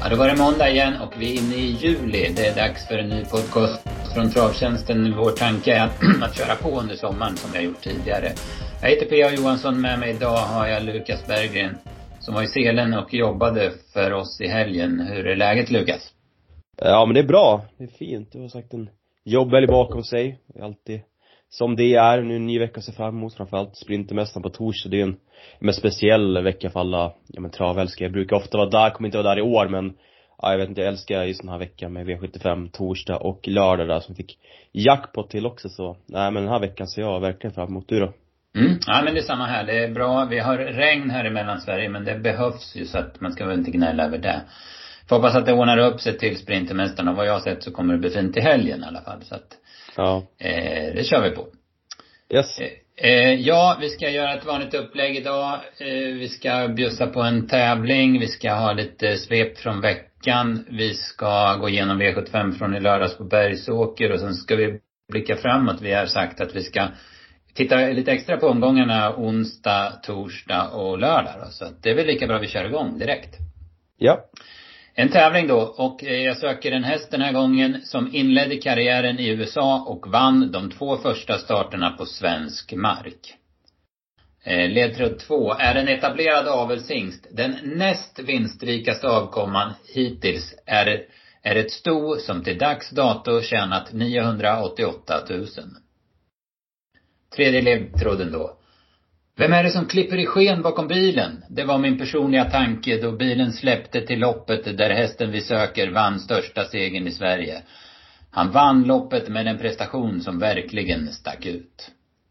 Ja, då var det måndag igen och vi är inne i juli. Det är dags för en ny podcast från Travtjänsten. Vår tanke är att köra på under sommaren som vi har gjort tidigare. Jag heter P.A. Johansson, med mig idag har jag Lukas Berggren som var i Selen och jobbade för oss i helgen. Hur är läget, Lukas? Ja, men det är bra. Det är fint. Du har sagt en jobbhelg bakom sig. Det är alltid som det är. Nu en ny vecka att se fram emot. Framförallt Sprintermästaren på torsdag. Det är en speciell vecka för alla travälskare. Jag brukar ofta vara där. Kommer inte vara där i år, men ja, jag vet inte, jag älskar just den här veckan med V75 torsdag och lördag där som fick jackpot till också. Så nej, men den här veckan ser jag verkligen fram emot. Du då? Ja, men det är samma här. Det är bra. Vi har regn här i Mellansverige, men det behövs ju, så att man ska väl inte gnälla över det. Får hoppas att det ordnar upp sig till Sprintermästaren. Och vad jag har sett så kommer det bli fint i helgen i alla fall. Så att det kör vi på. Yes. Ja, vi ska göra ett vanligt upplägg idag. Vi ska bjussa på en tävling. Vi ska ha lite svep från veckan. Vi ska gå igenom V75 från i lördags på Bergsåker. Och sen ska vi blicka framåt. Vi har sagt att vi ska titta lite extra på omgångarna onsdag, torsdag och lördag. Så att det är väl lika bra vi kör igång direkt. Ja. En tävling då, och jag söker en häst den här gången som inledde karriären i USA och vann de 2 första starterna på svensk mark. Ledtråd 2 är en etablerad avelshingst. Den näst vinstrikaste avkomman hittills är ett sto som till dags dato tjänat 988 000. Tredje ledtråden då. Vem är det som klipper i sken bakom bilen? Det var min personliga tanke då bilen släppte till loppet där hästen vi söker vann största segern i Sverige. Han vann loppet med en prestation som verkligen stack ut.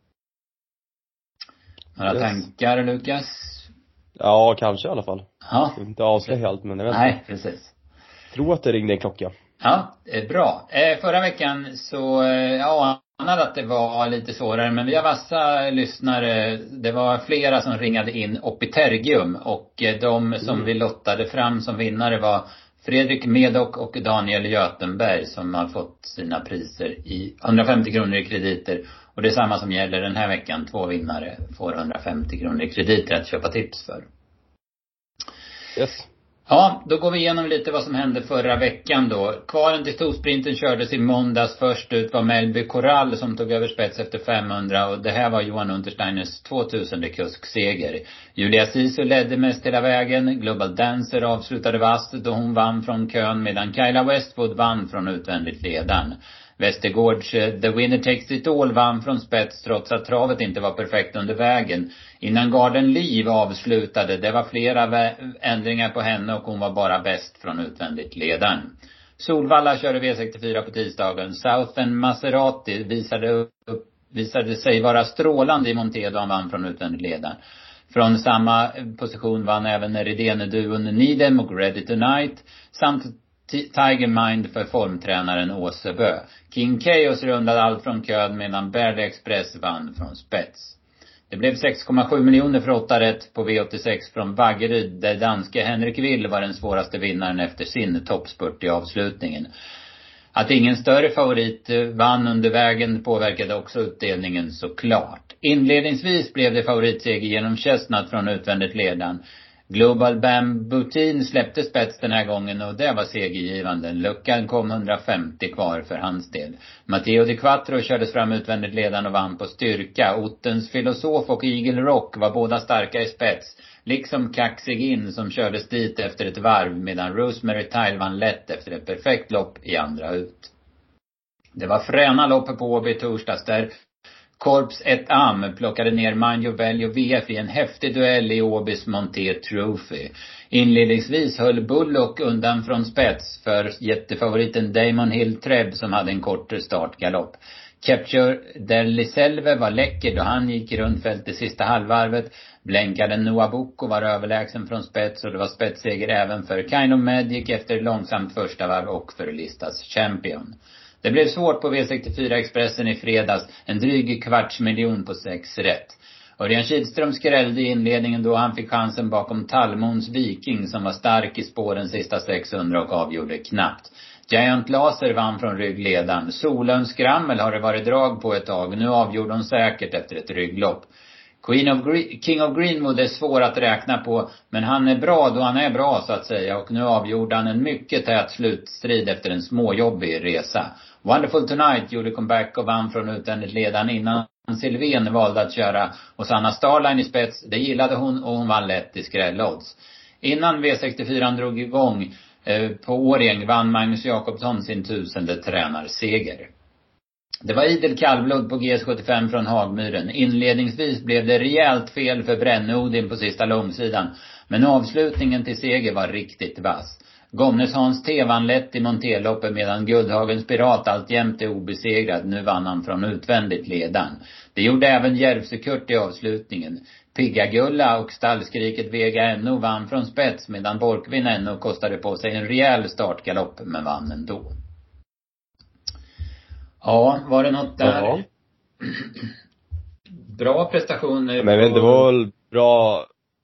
Några tankar, Lukas? Ja, kanske i alla fall. Ja. Inte avslöja helt, men jag vet inte. Nej, precis. Tror att det ringde en klocka. Ja, bra. Förra veckan så, att det var lite svårare, men vi har vassa lyssnare. Det var flera som ringade in Opitergium, och de som vi lottade fram som vinnare var Fredrik Medock och Daniel Götenberg, som har fått sina priser i 150 kronor i krediter. Och det är samma som gäller den här veckan. 2 vinnare får 150 kronor i krediter att köpa tips för. Yes. Ja, då går vi igenom lite vad som hände förra veckan då. Kvalen till storsprinten kördes i måndags. Först ut var Melby Corral som tog över spets efter 500. Och det här var Johan Untersteiners 2000 kuskseger. Julia Sisu ledde mest hela vägen. Global Dancer avslutade vast då hon vann från kön, medan Kyla Westwood vann från utvändigt ledaren. Västergårds The Winner Takes It All vann från spets trots att travet inte var perfekt under vägen. Innan Garden Liv avslutade, det var flera ändringar på henne och hon var bara bäst från utvändigt ledaren. Solvalla körde V64 på tisdagen. Southern Maserati visade sig vara strålande i Monté då han vann från utvändigt ledaren. Från samma position vann även Ridene-duon Nidem och Ready Tonight samt Tiger Mind för formtränaren Åsebö. King Chaos rundade allt från kön, medan Berle Express vann från spets. Det blev 6,7 miljoner för 8 rätt på V86 från Vaggeryd, där danske Henrik Will var den svåraste vinnaren efter sin toppspurt i avslutningen. Att ingen större favorit vann under vägen påverkade också utdelningen såklart. Inledningsvis blev det favoritseger genom Chestnut från utvändigt ledaren. Global Bambutin släppte spets den här gången och det var segergivande. Luckan kom 150 kvar för hans del. Matteo Di Quattro kördes fram utvändigt ledaren och vann på styrka. Ottens Filosof och Eagle Rock var båda starka i spets. Liksom Kaxigin som kördes dit efter ett varv, medan Rosemary Tile vann lätt efter ett perfekt lopp i andra ut. Det var fräna lopp på Åby torsdags där Corps et Am plockade ner Manjo Veljo VF i en häftig duell i Åbys Monté Trophy. Inledningsvis höll Bullock undan från spets för jättefavoriten Damon Hill Treb som hade en kortare startgalopp. Capture Deliselve var läcker då han gick runt fält i sista halvvarvet. Blänkade Noah Boko var överlägsen från spets och det var spetsseger även för Kind of Magic efter långsamt första varv och för Listas Champion. Det blev svårt på V64 Expressen i fredags, en dryg 250 000 på 6 rätt. Örjan Kihlström skrällde i inledningen då han fick chansen bakom Talmons Viking som var stark i spåren sista 600 och avgjorde knappt. Giant Laser vann från ryggledaren. Solön Skrammel har det varit drag på ett tag, nu avgjorde hon säkert efter ett rygglopp. King of Greenwood är svår att räkna på, men han är bra då han är bra så att säga, och nu avgjorde han en mycket tät slutstrid efter en småjobbig resa. Wonderful Tonight gjorde comeback och vann från utvändigt ledan innan Sylvain valde att köra och Sanna Starline i spets. Det gillade hon och hon vann lätt i skrällodds. Innan V64 drog igång på Årjäng vann Magnus Jakobsson sin 1000:e tränarseger. Det var idel kallblod på GS75 från Hagmyren. Inledningsvis blev det rejält fel för Brännodin på sista långsidan. Men avslutningen till seger var riktigt vass. Gomnes Hans T vann lätt i Monteloppet medan Guldhagens Pirat alltjämt är obesegrad. Nu vann han från utvändigt ledan. Det gjorde även Järvsekurt i avslutningen. Piggagulla och stallskriket Vega NO vann från spets medan Borkvin NO kostade på sig en rejäl startgalopp men vann ändå. Ja, var det något där? Ja. Bra prestationer. Men det var väl bra.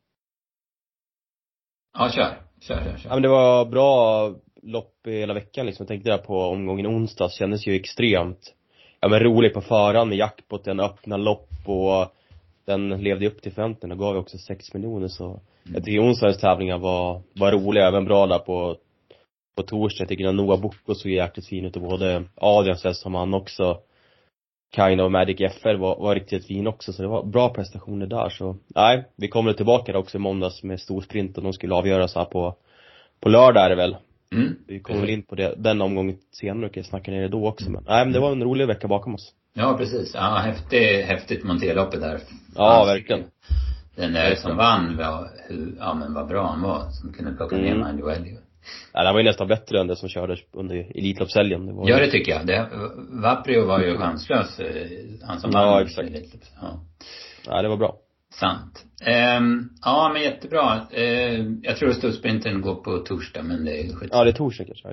Ja, kör. Ja, men det var bra lopp hela veckan liksom. Jag tänkte där på omgången onsdags. Kändes ju extremt roligt på förhand med jackpot, en öppna lopp och den levde upp till 15 och gav också 6 miljoner så jag tycker onsdagens tävlingar var roliga, även bra där på torsdag. Jag tycker att Noah Bocco såg jäkligt fin ut och både Adrian som han också Kind of Magic FR var riktigt fin också, så det var bra prestationer där. Så nej, vi kommer tillbaka också i måndags med storsprint och de skulle avgöras här på lördag är det väl. Vi kommer väl in på det, den omgången senare och jag snackar ner det då också. Men nej, men det var en rolig vecka bakom oss. Ja, precis. Ja, häftigt Monteloppet där. Ja, verkligen. Den där som vann men vad bra han var som kunde plocka ner Manduelli. Ja, det var ju nästan bättre än det som kördes under Elitloppshelgen. Ja, det tycker jag. Vaprio var ju chanslös. Han som vann. Ja, exakt. Ja, det var bra. Sant. Ja, men jättebra. Jag tror att storsprinten går på torsdag, men det är skit. Ja, det är torsdag kanske.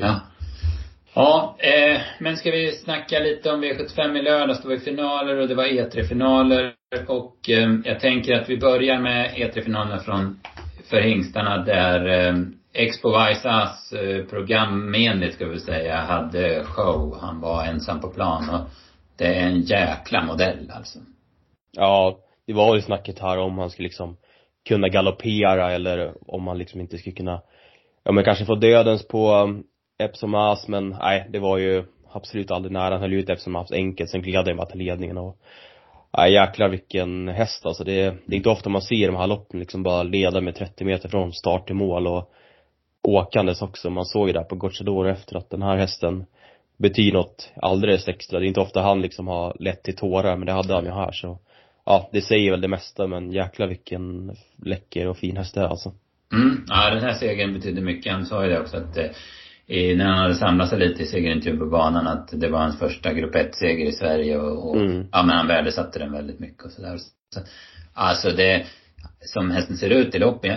Ja, men ska vi snacka lite om V75 i lördags. Det var finaler och det var E3-finaler. Och jag tänker att vi börjar med E3-finalerna för hingstarna där Expo Vaisas programmenligt ska vi säga hade show. Han var ensam på plan och det är en jäkla modell alltså. Ja, det var ju snacket här om han skulle liksom kunna galoppera eller om han liksom inte skulle kunna men kanske få dödens på Epsom As, men nej, det var ju absolut aldrig nära. Han höll ut Epsom As enkelt, sen gled han bara till ledningen och jäklar vilken häst alltså. Det är inte ofta man ser de här loppen liksom bara leda med 30 meter från start till mål och åkandes också. Man såg ju där på Gocciador efter att den här hästen betyder något alldeles extra. Det är inte ofta han liksom har lett till tårar, men det hade han ju här. Så ja, det säger väl det mesta, men jäklar vilken läcker och fin häst det är alltså. Ja, den här segern betyder mycket. Han sa ju det också att när han hade samlat sig lite i segerintervjun på banan att det var hans första grupp 1-seger i Sverige och ja, men han värdesatte den väldigt mycket och sådär. Så, alltså det som hästen ser ut i loppen,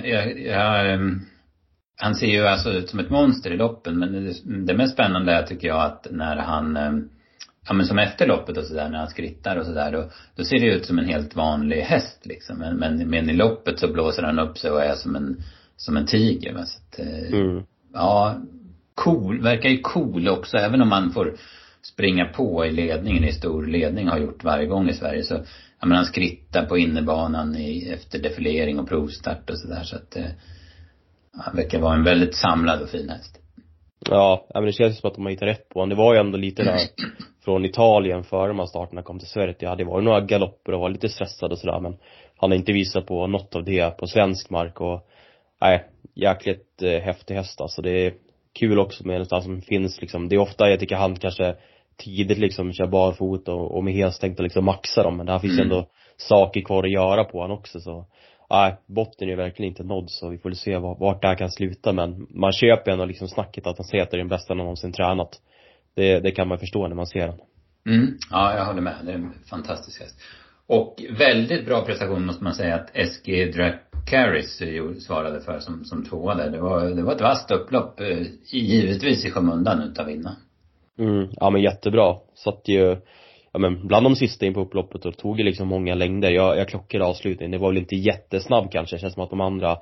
han ser ju alltså ut som ett monster i loppen, men det mest spännande är tycker jag att när han men som efter loppet och sådär, när han skrittar och sådär, då ser det ut som en helt vanlig häst liksom, men i loppet så blåser han upp sig och är som en tiger. Så att, ja, cool, verkar ju cool också, även om man får springa på i ledningen i stor ledning, har gjort varje gång i Sverige, så han skrittar på innebanan efter defilering och provstart och sådär, så att han verkar vara en väldigt samlad och fin häst. Ja, men det känns som att de har hittat rätt på honom. Det var ju ändå lite där från Italien före de här starterna kom till Sverige. Ja, det var ju några galopper och var lite stressad och sådär, men han har inte visat på något av det på svensk mark. Och nej, jäkligt häftig häst alltså. Det är kul också med någonstans som finns liksom. Det är ofta, jag tycker han kanske tidigt liksom kör barfot och med helstängt och liksom maxa dem. Men det här finns ändå saker kvar att göra på han också, så nej, botten är ju verkligen inte nådd, så vi får se vart det här kan sluta. Men man köper ändå liksom snacket att han säger att det är den bästa någonsin tränat. Det kan man förstå när man ser den. Ja, jag håller med. Det är en fantastisk häst. Och väldigt bra prestation måste man säga att SG Dracaris svarade för som tvåa där. Det var ett vasst upplopp, givetvis i skymundan utav vinna. Ja, men jättebra. Satt ju men bland de sista in på upploppet och tog ju liksom många längder. Jag klockade avslutningen. Det var väl inte jättesnabb kanske. Det känns som att de andra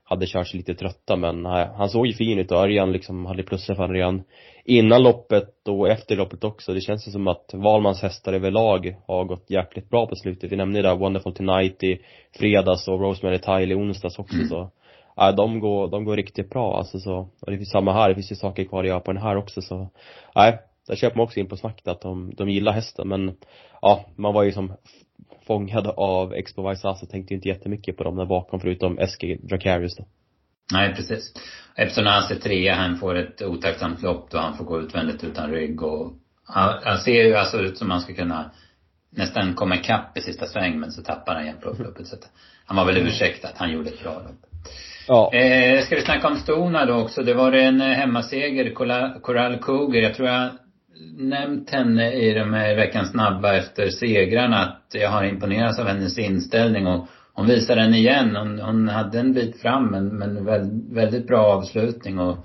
hade kört sig lite trötta, men han såg ju fin ut och Örjan liksom hade plussat för redan innan loppet och efter loppet också. Det känns ju som att Valmans hästar överlag har gått jäkligt bra på slutet. Vi nämnde där Wonderful Tonight i fredags och Rosemary Tile i onsdags också, så de går riktigt bra alltså, så. Och det finns samma här, det finns ju saker kvar att göra på den här också, så där köper man också in på snacket att de gillar hästen. Men man var ju som fångad av Expo Vaisasa, tänkte ju inte jättemycket på dem där bakom förutom Eske Dracarius då. Nej, precis. Eftersom han ser trea, han får ett otacksamt lopp då han får gå utvändigt utan rygg, och han ser ju alltså ut som man ska kunna nästan komma ikapp i sista sväng, men så tappar han igen på upploppet, så att han var väl ursäktad att han gjorde ett bra lopp. Ja. Ska vi snacka om Stona då också? Det var en hemmaseger, Coral Cougar. Jag tror jag nämnt henne i de här veckans snabba efter segrarna, att jag har imponerats av hennes inställning, och hon visar den igen. Hon hade en bit fram, men väldigt bra avslutning, och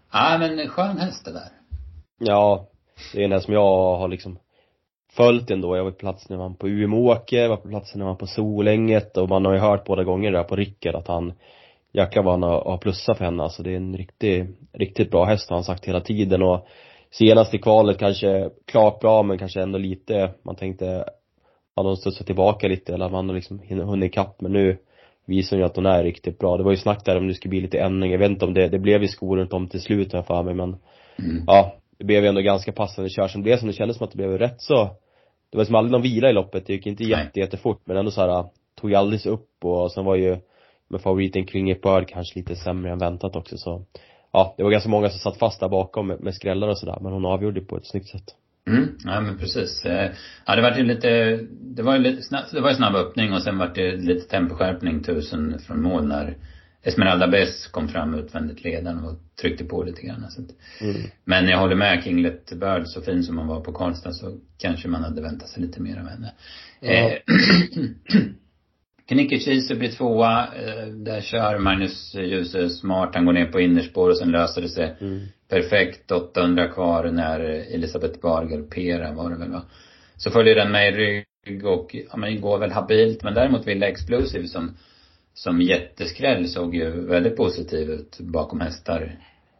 men skön häst det där. Ja, det är en som jag har liksom följt ändå. Jag var på plats när man på UM-åker, var på plats när man på Solänget, och man har ju hört båda gånger där på Rickard att han jäklar vad han har plussat för henne. Alltså det är en riktigt bra häst, har han sagt hela tiden. Och senast i kvalet kanske klart bra, men kanske ändå lite, man tänkte han har studsat tillbaka lite, eller man har liksom hunnit ikapp, men nu visar ju att hon är riktigt bra. Det var ju snack där om det skulle bli lite ändring. Jag vet inte om det blev i skor runt om till slut här för mig, men det blev ju ändå ganska passande kör som det, som det kändes som att det blev rätt så. Det var som aldrig någon vila i loppet, det gick inte jättefort, men ändå så här tog ju alldeles upp, och sen var ju med favoriten Klinge Bird kanske lite sämre än väntat också, så det var ganska många som satt fast där bakom med skrällar och sådär, men hon avgjorde på ett snyggt sätt. Ja, men precis. Det var ju lite, det var ju snabb öppning, och sen var det lite temposkärpning 1000 från mål när Esmeralda Bess kom fram utvändigt ledaren och tryckte på lite grann, så att, men jag håller med, Kinglet Bird, så fin som hon var på Karlstad, så kanske man hade väntat sig lite mer av henne. Knicker Kiese blir tvåa. Där kör Magnus Djuse smart. Han går ner på innerspår, och sen löser det sig perfekt. 800 kvar när Elisabeth Bar galopperar, var det väl, va? Så följer den med i rygg, och man går väl habilt. Men däremot Villa Explosive som jätteskräll såg ju väldigt positiv ut bakom hästar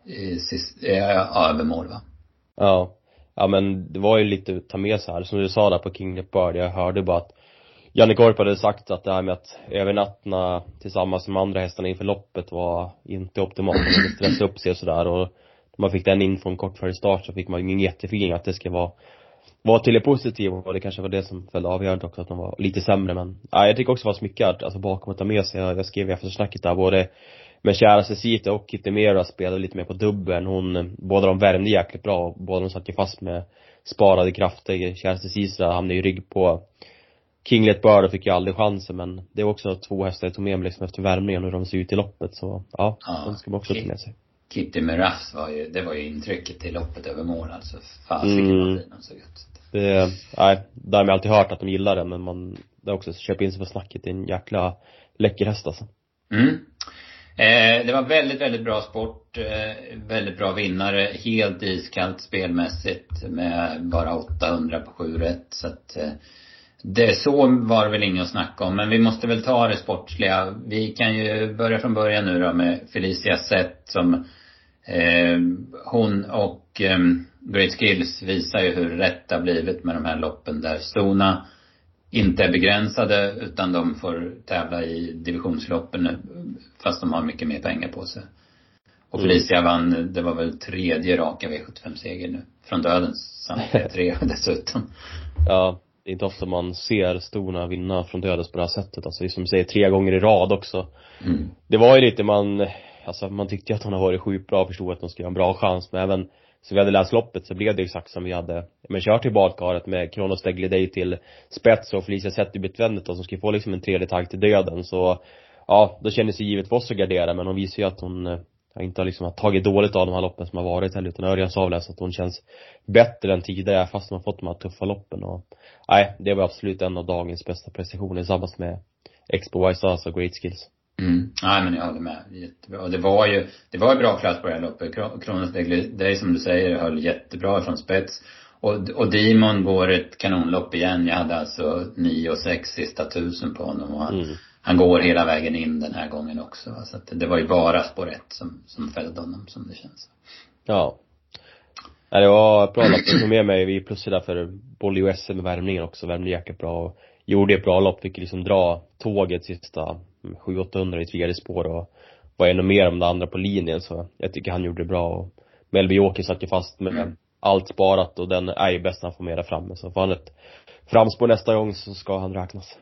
över mål, va? Ja, men det var ju lite att ta med sig här. Som du sa där på Kinglet Bird, jag hörde bara att Janne Korp hade sagt att det här med att övernattna tillsammans med andra hästarna inför loppet var inte optimalt. Man hade stressat upp sig och sådär, och när man fick den infon kort före start så fick man ingen jättefeeling att det ska vara till det positiva, och det kanske var det som följde avgörande också, att de var lite sämre. Men jag tycker också det var smyckad, alltså bakom att ta med sig. Jag skrev efter snacket där, både med Kära Cecita och Kitty Mera spelade lite mer på dubbeln. Båda de värmde jäkligt bra, och båda de satt ju fast med sparade krafter. Kära Cecita hamnade ju rygg på Kinglet Bird, fick ju aldrig chansen, men det är också två hästar jag tog med mig liksom efter värmningen och de ser ut i loppet, så de ska man också ta med sig. Kitty Meraffs det var ju intrycket i loppet över mål, alltså fasiken vad fin han såg ut. Där har jag alltid hört att de gillar det, men det är också köpa in sig på snacket, det är en jäkla läcker häst alltså. Det var väldigt, väldigt bra sport, väldigt bra vinnare, helt iskallt spelmässigt med bara 800 på 7 rätt, så att det så var det väl inget att snacka om. Men vi måste väl ta det sportsliga. Vi kan ju börja från början nu då med Felicia Sett, som hon och Great Skills visar ju hur rätt det har blivit med de här loppen, där Stona inte är begränsade, utan de får tävla i divisionsloppen fast de har mycket mer pengar på sig. Och Felicia vann, det var väl 3:e raka V75-seger nu från dödens, samtidigt 3 dessutom. Ja, det är inte ofta man ser Stona vinna från dödens på det här sättet. Alltså det är som du säger, 3 gånger i rad också. Det var ju lite man tyckte ju att hon har varit sjukt bra, förstod att de skulle ha en bra chans. Men även så vi hade läst loppet så blev det exakt som vi hade kört i badkaret med Kronos Degley Day till spets och Felicia Sett i betvändet som skulle få liksom en 3:e tagg till döden. Så då kändes det givet för oss att gardera, men hon visar ju att hon inte har liksom tagit dåligt av de här loppen som har varit heller, utan Örjans avläst att hon känns bättre än tidigare fast man fått de här tuffa loppen. Och det var absolut en av dagens bästa prestationer tillsammans med Expo Vaisasa och Great Skills. Nej, men jag håller med, jättebra. Och det var ju bra klass på det här loppet. Kronos Degley, som du säger, höll jättebra från spets. Och Demon går ett kanonlopp igen. Jag hade alltså 9 och 6 sista 1000 på honom, och han går hela vägen in den här gången också. Så att det var ju bara spår 1 som fällde honom, som det känns. Ja. Nej, det var bra lopp. Jag tog med mig, vi plussade för boll i SM med värmningen också. Värmde jäkligt bra och gjorde ett bra lopp. Fick liksom dra tåget sista 700-800 i tredje spår och var ännu mer om det andra på linjen. Så jag tycker han gjorde det bra. Och Melby Åker satt ju fast med allt sparat och den är ju bäst han får med där framme. Så får han ett framspår nästa gång så ska han räknas.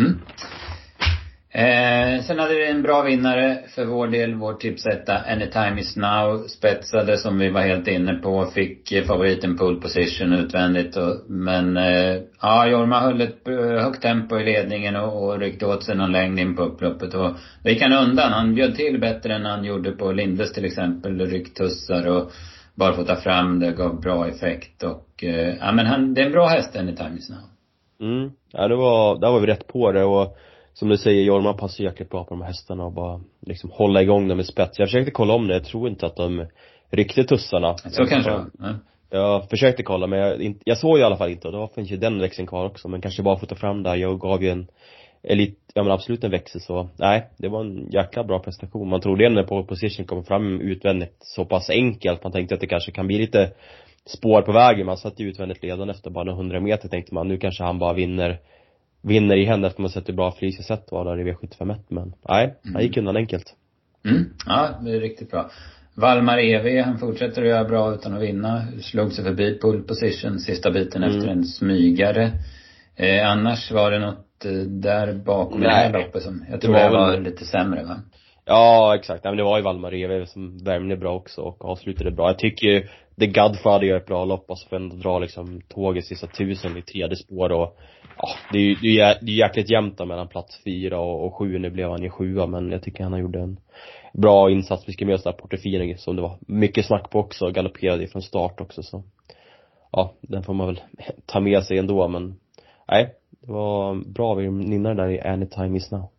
Sen hade vi en bra vinnare för vår del, vår tipsetta Anytime Is Now, spetsade som vi var helt inne på, fick favoriten pole position utvändigt men Jorma höll ett högt tempo i ledningen och ryckte åt sig någon längd in på upploppet och då gick han undan. Han bjöd till bättre än han gjorde på Lindes till exempel, rycktussar och bara få ta fram det, gav bra effekt och det är en bra häst Anytime Is Now. Ja, där var vi rätt på det och som du säger, Jorma passar jäkligt bra på de här hästarna och bara liksom hålla igång dem med spets. Jag försökte kolla om det, jag tror inte att de ryckte tussarna. Så kanske. Jag försökte kolla men jag såg i alla fall inte och då finns ju den växeln kvar också. Men kanske bara få ta fram där, jag gav ju absolut en växel så. Nej, det var en jäkla bra prestation. Man trodde när på position kom fram utvändigt så pass enkelt. Man tänkte att det kanske kan bli lite spår på vägen. Man satt ju utvändigt ledande efter bara 100 meter tänkte man. Nu kanske han bara vinner i händerna efter man sett hur bra Flyset var där i V75 men nej, han gick undan enkelt. Ja, det är riktigt bra. Valmar EV, han fortsätter att göra bra utan att vinna. Slog sig förbi pole position sista biten efter en smygare. Annars var det något där bakom det här loppet som jag tror det var lite sämre va? Ja, exakt. Men det var ju Valmar EV som värmde bra också och avslutade bra. Jag tycker The Godfather gör ett bra lopp och så får ändå dra liksom tåget sista 1000 i tredje spår och det är jäkligt jämnt mellan plats 4 och 7. Nu blev han ju 7 men jag tycker han gjorde en bra insats. Vi ska med oss där Portofino som det var mycket snack på också, galopperade från start också så. Ja, den får man väl ta med sig ändå men nej, det var bra vi ninnade där i Anytime Is Now.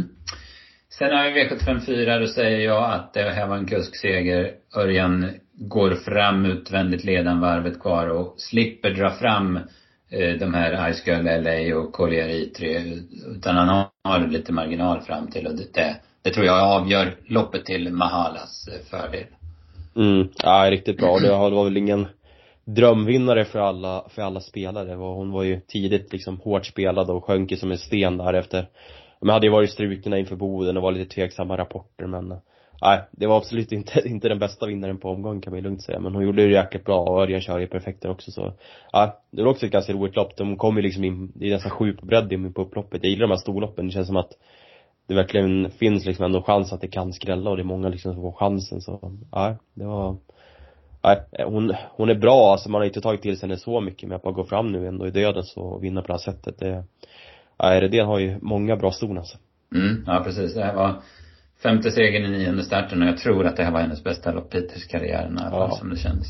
Sen har vi V75-4, då säger jag att det här var en kuskseger. Örjan går fram utvändigt ledan varvet kvar och slipper dra fram de här Ice Girl LA och Collier I3 utan han har lite marginal fram till och det tror jag avgör loppet till Mahalas fördel. Ja, riktigt bra. Det var väl ingen drömvinnare för alla spelare. Hon var ju tidigt liksom hårt spelad och sjönk som en sten därefter. Men hade ju varit strukna inför Boden och var lite tveksamma rapporter men nej, det var absolut inte den bästa vinnaren på omgång kan man lugnt säga. Men hon gjorde det jäkligt bra och Örjan kör ju perfekt också så. Ja, det var också ett ganska roligt lopp. De kom ju liksom in, det är nästan 7 på bredd på upploppet. Jag gillar de här storloppen. Det känns som att det verkligen finns liksom ändå chans att det kan skrälla och det är många liksom som får chansen så. Ja, det var. Nej, hon är bra alltså man har inte tagit till sig henne så mycket men att bara gå fram nu ändå i döden så och vinna på det här sättet det har ju många bra ston alltså. Ja precis, det här var 5:e segern i 9:e starten och jag tror att det här var hennes bästa lopp hittills i karriären i alla fall som det känns.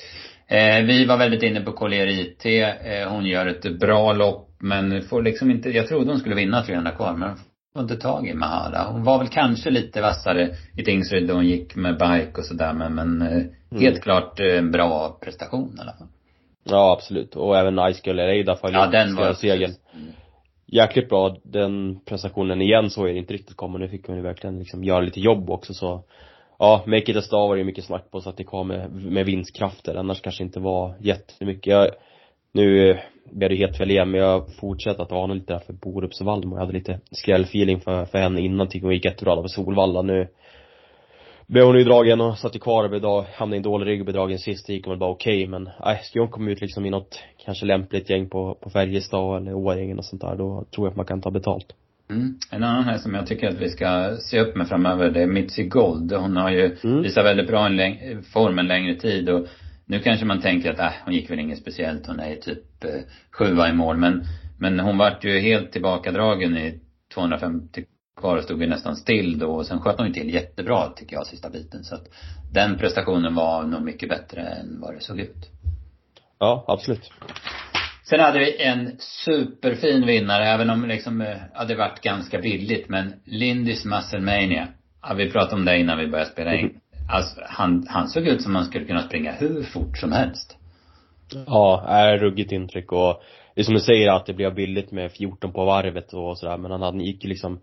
Vi var väldigt inne på Collier IT. Hon gör ett bra lopp men får liksom inte, jag trodde hon skulle vinna 300 kvar men får inte tag i Mahala. Hon var väl kanske lite vassare i Tingsryd då hon gick med bike och sådär men helt klart en bra prestation i alla fall. Ja absolut och även Ice Girl LA där den var segern. Jäkligt bra den prestationen igen så är det inte riktigt komma. Nu fick hon ju verkligen liksom göra lite jobb också så. Ja, Make It A Star var ju mycket snack på så att det kom med vinstkrafter. Annars kanske inte var jättemycket. Nu blev det helt fel igen men jag fortsätter att ana lite där för Borups Vallmo. Jag hade lite skrällfeeling för henne innan tycker hon gick jättebra över Solvalla. Nu blev hon ju dragen och satt i kvar och hamnade i en dålig ryggbedragen sist. Det gick hon väl bara okej. Men ska hon komma ut liksom i något kanske lämpligt gäng på Färjestad eller Årängen och sånt där. Då tror jag att man kan ta betalt. En annan här som jag tycker att vi ska se upp med framöver, det är Mitzi Gold. Hon har ju visat väldigt bra form en längre tid och nu kanske man tänker att hon gick väl inget speciellt. Hon är typ 7 i mål men hon vart ju helt tillbakadragen i 250 kvar och stod ju nästan still då och sen sköt hon ju till jättebra tycker jag sista biten så att den prestationen var nog mycket bättre än vad det såg ut. Ja, absolut. Sen hade vi en superfin vinnare även om liksom hade varit ganska billigt men Lindys Muscle Mania. Ja, vi pratade om det innan vi började spela in. Alltså, han såg ut som man skulle kunna springa hur fort som helst. Ja, är ruggigt intryck och det är som du säger att det blev billigt med 14 på varvet och sådär men han gick liksom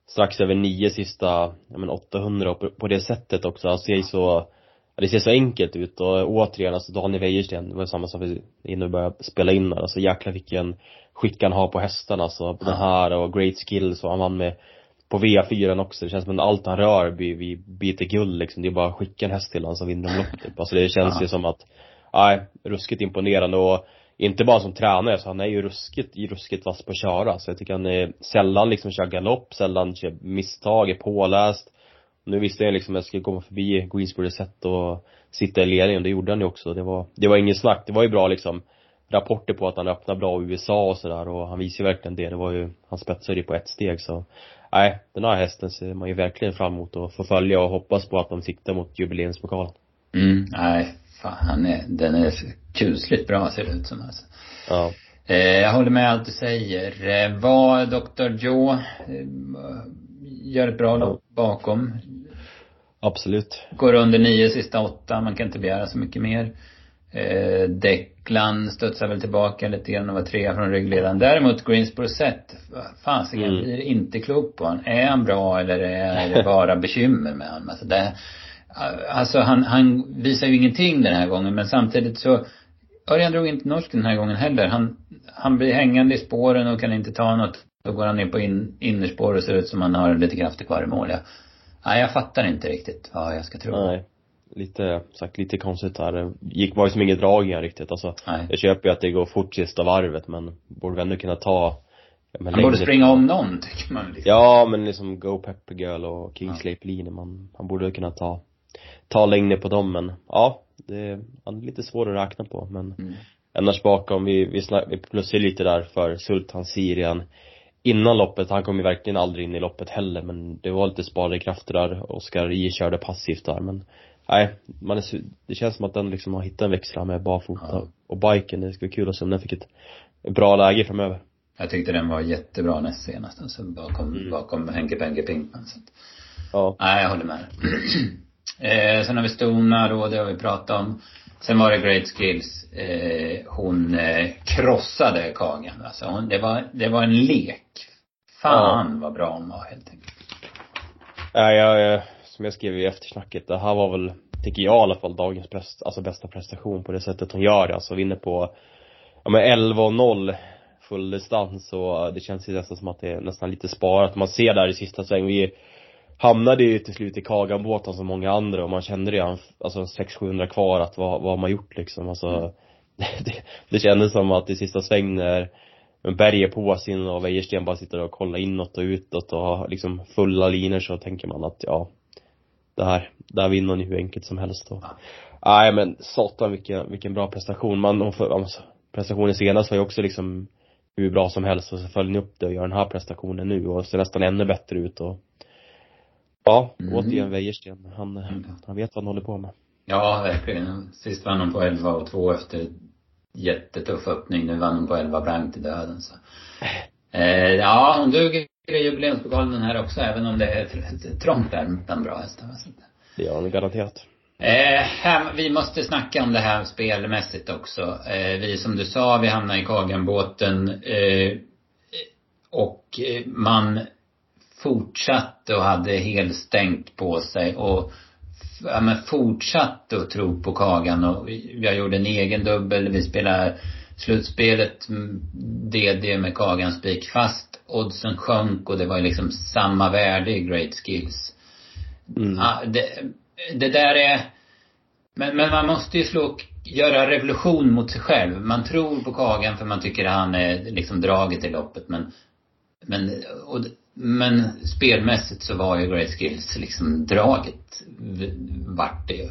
strax över 9 sista 800 på det sättet också. Alltså det ser så enkelt ut. Och återigen, alltså Daniel Wäjersten, det var samma som vi innan vi började spela in där. Alltså jäklar vilken skick han har på hästarna. Alltså på den här och great skills. Och han vann med på V4 också. Det känns som att allt han rör biter guld liksom. Det är bara att skicka en häst till han som vinner om loppet. Alltså det känns ju som att ruskigt imponerande. Och inte bara som tränare, så han är ju ruskigt vass på att köra. Så jag tycker han är sällan liksom kör galopp, sällan kör misstag, är påläst. Nu visste jag liksom att jag skulle komma förbi Greensboro sätt och sitta i ledningen. Det gjorde han ju också. Det var ingen snack. Det var ju bra liksom rapporter på att han öppnar bra i USA och sådär. Och han visar ju verkligen det. Det var ju, han spetsade ju på ett steg. Så den här hästen ser man ju verkligen fram emot att få följa och hoppas på att de siktar mot jubileumspokalen. Fan, den är kusligt bra ser det ut som alltså. Ja. Jag håller med allt du säger. Vad Dr. Joe gör ett bra lopp bakom. Absolut. Går under 9 sista 8. Man kan inte begära så mycket mer. Declan studsar väl tillbaka lite grann och var 3 från ryggledaren. Däremot Greensboro Set, fasiken blir inte klok på han. Är han bra eller är det bara bekymmer med honom? Alltså han visar ju ingenting den här gången. Men samtidigt så Örjan drog inte norsk den här gången heller. Han blir hängande i spåren och kan inte ta något. Då går han ner på innerspår och ser ut som han har lite krafter kvar i mål. Jag fattar inte riktigt vad jag ska tro. Nej, lite konstigt här. Var ju som inget drag riktigt. Alltså, jag köper ju att det går fort sista varvet, men borde väl ändå kunna ta. Han borde springa om någon, tycker man. Liksom. Ja, men liksom Go Pepper Girl och Kingsley Line, han borde kunna ta längre på dem, men han är lite svår att räkna på, men annars bakom vi plussar lite där för Sultan Sirian innan loppet. Han kom ju verkligen aldrig in i loppet heller, men det var lite sparade krafter där. Oskar I körde passivt där, men det känns som att den liksom har hittat en växla med barfota och biken. Det skulle vara kul att se om den fick ett bra läge framöver. Jag tyckte den var jättebra näst senast, alltså bakom Henke Penge Pinkman. Jag håller med. Sen har vi Stona då, det har vi pratat om. Sen var det Great Skills. Hon krossade Kagan. Alltså det var en lek. Fan vad bra hon var helt enkelt. Som jag skrev i eftersnacket, det här var väl, tycker jag i alla fall, dagens bästa prestation på det sättet hon gör det. Alltså vinner på 11-0 full distans, och det känns ju nästan som att det är nästan lite sparat. Man ser där i sista sväng, vi hamnade ju till slut i Kagan-båten som många andra, och man kände redan alltså 600-700 kvar att vad har man gjort liksom. Alltså det kändes som att i sista sväng när Berger på sin och Wäjersten bara sitter och kollar inåt och utåt och liksom fulla linjer, så tänker man att det här vinner ni hur enkelt som helst då. Men satan vilken bra prestation. Prestationen senast var ju också liksom hur bra som helst, och så följer ni upp det och gör den här prestationen nu och ser nästan ännu bättre ut. Och återigen Wäjersten, han vet vad han håller på med. Ja, verkligen. Sist vann han på 11-2 efter jättetuff öppning. Nu vann han på 11 brang till döden. Så. Hon duger i jubileumspokalen den här också, även om det är trångt där bland bra hästar. Det gör han garanterat. Vi måste snacka om det här spelmässigt också. Vi, som du sa, vi hamnar i Kaganbåten och man fortsatte och hade helt stängt på sig och fortsatte att tro på Kagan. Och jag gjorde en egen dubbel. Vi spelade slutspelet DD med Kagan spik fast. Oddsen sjönk och det var liksom samma värde i Great Skills. Det där är, men man måste ju göra revolution mot sig själv. Man tror på Kagan för man tycker han är liksom draget i loppet, men spelmässigt så var ju Great Skills liksom draget vart det ju.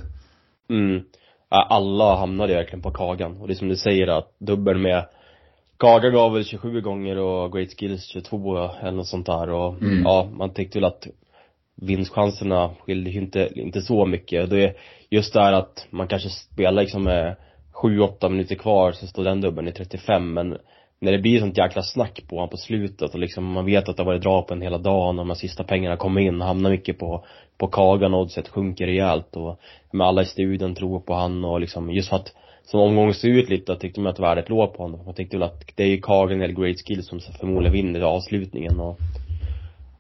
Alla hamnade verkligen på Kagan. Och det är som du säger, att dubbeln med Kagan gav väl 27 gånger och Great Skills 22 eller något sånt där. Och man tänkte väl att vinstchanserna skilde inte så mycket. Det är just där att man kanske spelar liksom med 7-8 minuter kvar, så står den dubbeln i 35. Men när det blir sånt jäkla snack på han på slutet och liksom man vet att det har varit drag på en hela dagen och de sista pengarna kommer in och hamnar mycket på Kagan och oddset sjunker rejält, och med alla i studion tror på han, och liksom just för att som omgången ser ut lite, tyckte man att värdet låg på honom. Man tänkte väl att det är Kagan eller Great Skills som förmodligen vinner i avslutningen, och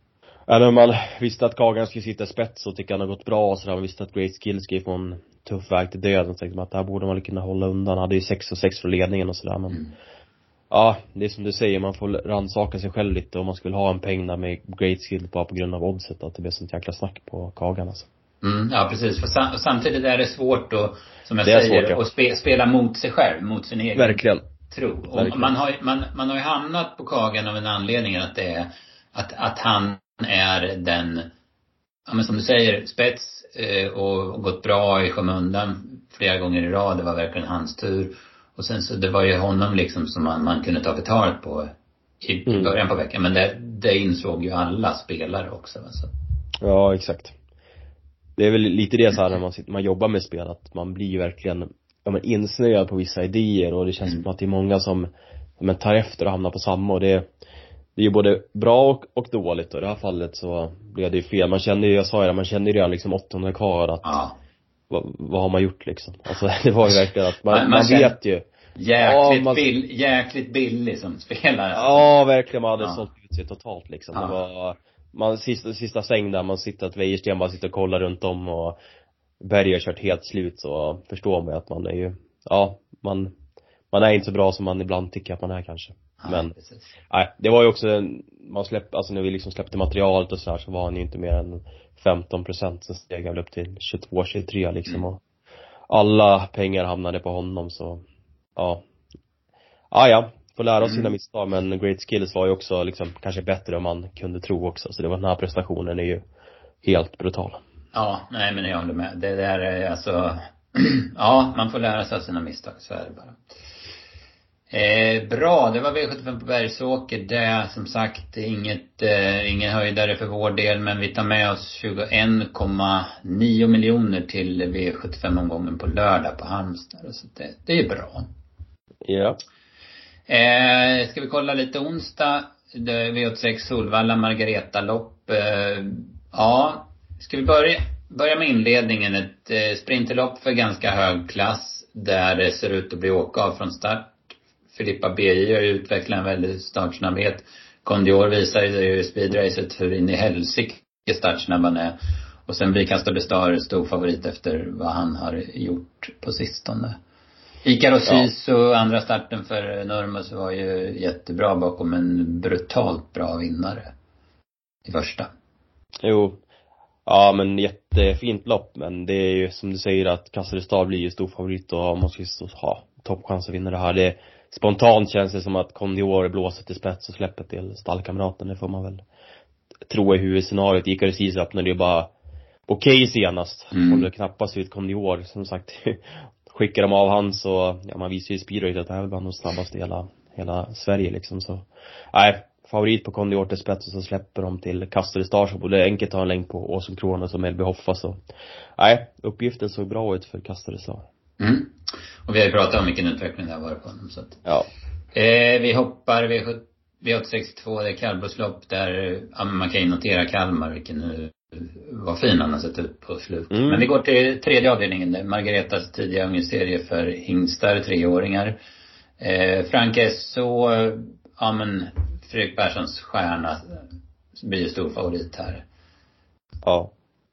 Eller om man visste att Kagan skulle sitta i spets och tycker han har gått bra och sådär. Man visste att Great Skills skulle få en tuff väg till döden. Så tänkte man att det här borde man kunna hålla undan. Han hade ju 6-6 från ledningen och sådär. Men ja, det är som du säger, man får rannsaka sig själv lite. Om man skulle ha en peng där med Great Skills bara på grund av oddset. Att det blir sånt jäkla snack på Kagan alltså. Ja, precis. För samtidigt är det svårt att, som jag det säger, svårt, ja. att spela mot sig själv, mot sin egen Verkligen. tro. Och Verkligen. man har ju hamnat på Kagan av en anledning att det är att han är den, ja men som du säger, spets och gått bra i skymundan flera gånger i rad. Det var verkligen hans tur. Och sen så det var ju honom liksom som man kunde ta betalat på i början på veckan. Men det insåg ju alla spelare också. Så. Ja, exakt. Det är väl lite det så här när man jobbar med spel, att man blir verkligen insnöad på vissa idéer, och det känns som att det är många som tar efter och hamnar på samma, och det är ju både bra och dåligt, och i det här fallet så blev det ju fel. Man kände ju, jag sa ju det, man kände ju redan liksom 800 kvar att vad har man gjort liksom. Alltså det var ju verkligen att man vet ju jäkligt billig som spelare. Ja, verkligen, man hade sålt ut sig totalt liksom. Det var sista sväng där man sitter att Wäjersten bara sitter och kollar runt om, och Berg har kört helt slut, så förstår man att man är ju man är inte så bra som man ibland tycker att man är kanske. Men nej, det var ju också alltså när vi liksom släppte materialet och så här, så var han ju inte mer än 15%, så steg han väl upp till 22-23 liksom, och alla pengar hamnade på honom, så ja, får lära oss sina misstag. Men Great Skills var ju också liksom kanske bättre än man kunde tro också, så det var, den här prestationen är ju helt brutal. Ja, nej men jag håller med. Det där är alltså ja, man får lära sig av sina misstag, så är det bara. Bra, det var V75 på Bergsåker. Det är som sagt ingen höjdare för vår del, men vi tar med oss 21,9 miljoner till V75-omgången på lördag på Halmstad. Så det är bra. Ja. Ska vi kolla lite onsdag? V86 Solvalla Margareta-lopp. Ja, ska vi börja med inledningen. Ett sprinterlopp för ganska hög klass, där det ser ut att bli åka av från start. Filippa BJ har ju utvecklat en väldigt startsnabbhet. Kondior visar ju i speedracet hur in i helsike startsnabb han är. Och sen blir Castor de Star stor favorit efter vad han har gjort på sistone. Ikaros Sisu, andra starten för Nurmos, var ju jättebra bakom en brutalt bra vinnare i första. Jo. Ja, men jättefint lopp, men det är ju som du säger att Castor de Star blir ju stor favorit och måste ju ha toppchans att vinna det här. Det spontant känns det som att Kondior blåser till spets och släpper till stallkamraten. Det får man väl tro i huvudscenariot. Ikaros Sisu öppnade ju bara okej senast. Håller knappast ut Kondior. Som sagt, skickar de av han så, ja, man visar ju i speedrate att det här är bland de snabbaste i hela Sverige liksom, så nej, favorit på Kondior till spets, och så släpper de till Castor de Star, så både enkelt att ha en längd på Åsum Krona som Elby Hoffa, så nej, uppgiften såg bra ut för Castor de Star. Och vi har ju pratat om vilken utveckling det har varit på honom, så att ja. Vi hoppar V862, det är kallblodslopp där man kan ju notera Kalmar, vilken vad fin han har sett ut på slut. Men vi går till tredje avdelningen där Margaretas tidiga ungeserie för hingstar, 3-åringar. Frank S.O. Ja men Fredrik Perssons stjärna blir stor favorit här. Ja.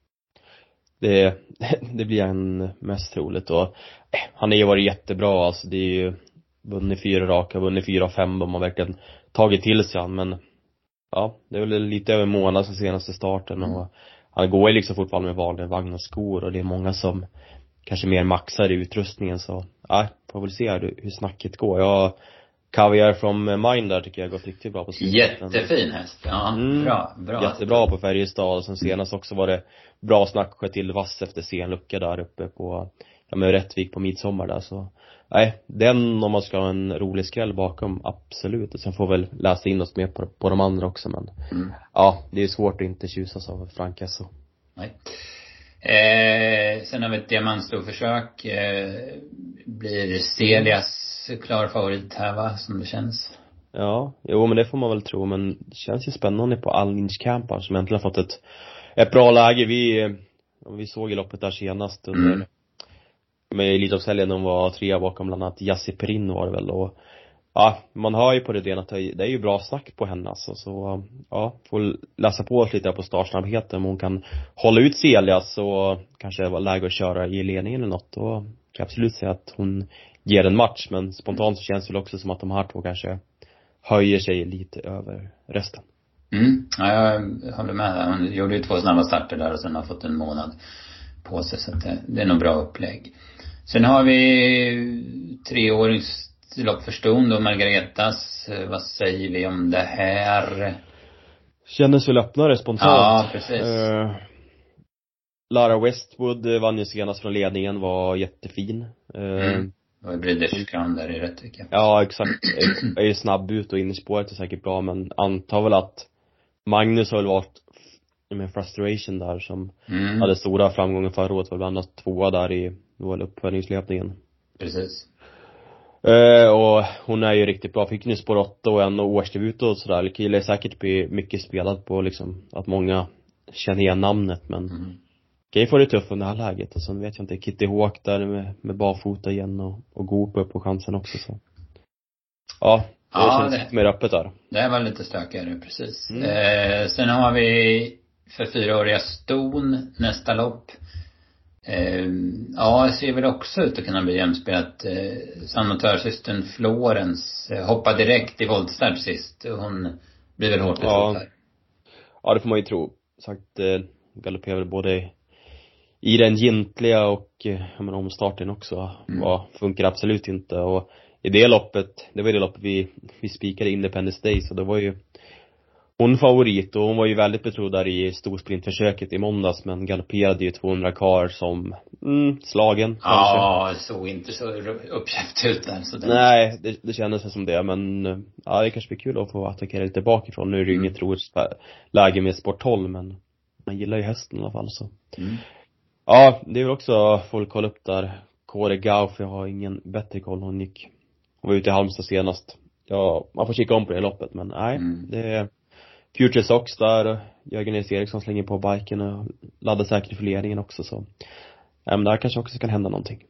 Det blir en mest troligt, och han har ju varit jättebra, alltså det är ju vunnit 4 raka, vunnit 4 av 5, de har verkligen tagit till sig han, men ja, det är väl lite över en månad sen senaste starten, och han går ju liksom fortfarande med vanliga vagn och skor, och det är många som kanske mer maxar i utrustningen, så ja, får väl se hur snacket går. Kaviar från Mind där tycker jag har gått riktigt bra på slutet. Jättefin häst, ja, bra. Jättebra på Färjestad, och sen senast också var det bra snack, skett till vass efter sen lucka där uppe på med Rättvik på midsommar där, så nej, den om man ska ha en rolig skräll bakom, absolut. Och sen får väl läsa in oss mer på de andra också, men ja, det är svårt att inte tjusas av Frank S.O. Nej. Sen har vi ett diamantstorförsök. Blir Celias klar favorit här, va, som det känns? Ja, jo, men det får man väl tro. Men det känns ju spännande på Allinch-campar som äntligen fått ett bra läge. Vi såg i loppet där senast under med Elitloppshelgen, de var 3 bakom bland annat Jassi Perin var det väl, och Ja, man hör ju på det att det är ju bra snack på henne alltså. Så ja, får läsa på oss lite på startsnabbheten. Om hon kan hålla ut Celia så kanske det var läge att köra i ledningen eller något. Då kan jag absolut säga att hon ger en match. Men spontant så känns det också som att de här två kanske höjer sig lite över resten. Ja, jag håller med. Hon gjorde ju 2 snabba starter där och sen har fått en månad på sig. Så att det är nog bra upplägg. Sen har vi 3-åringslopp för ston då, Margaretas. Vad säger vi om det här? Kändes väl öppnare spontant. Ja, precis. Lara Westwood vann ju senast från ledningen, var jättefin. Det var ju British Crown där i Rättvika. Ja, exakt. Är ju snabb ut och in i spåret är säkert bra, men antar väl att Magnus har väl varit med Frustration där som hade stora framgångar förra året, var bland annat 2 där i uppföljningslöpningen. Precis. Och hon är ju riktigt bra, fick nu spår 8 och en årsdebut och sådär. Kille är säkert mycket spelad på liksom att många känner igen namnet, men kan ju få det tufft under det här läget. Och sen vet jag inte, Kitty Hawk där med barfota igen och gå upp på chansen också så. Ja, det känns lite mer öppet där. Det var lite stökigare, precis. Sen har vi för 4-åriga ston nästa lopp. Ja, det ser väl också ut att kunna bli jämspelat. Sanatörsystern Florence hoppade direkt i voltstart sist. Hon blir väl hårt betrodd här. Ja, det får man ju tro. Sagt, galopperade både i den gintliga och omstarten också. Funkar absolut inte. Och i det loppet, det var det loppet vi spikade Independence Day, så det var ju hon favorit, och hon var ju väldigt betrodd där i storsprintförsöket i måndags, men galopperade ju 200 kar som slagen. Ja, såg inte så uppkäft ut där. Så nej, det kändes som det, men ja, det kanske blir kul att få attackera lite bakifrån. Nu är det ju inget roligt läge med sport 12, men man gillar ju hästen i alla fall så. Ja, det är väl också folk kolla upp där. Kåre Gauff, jag har ingen bättre koll. Hon var ute i Halmstad senast. Ja, man får kika om på det loppet, men nej, det är Future Sox där. Jörgen Eriksson slänger på biken och laddar säkert för ledningen också så. Men där kanske också kan hända någonting.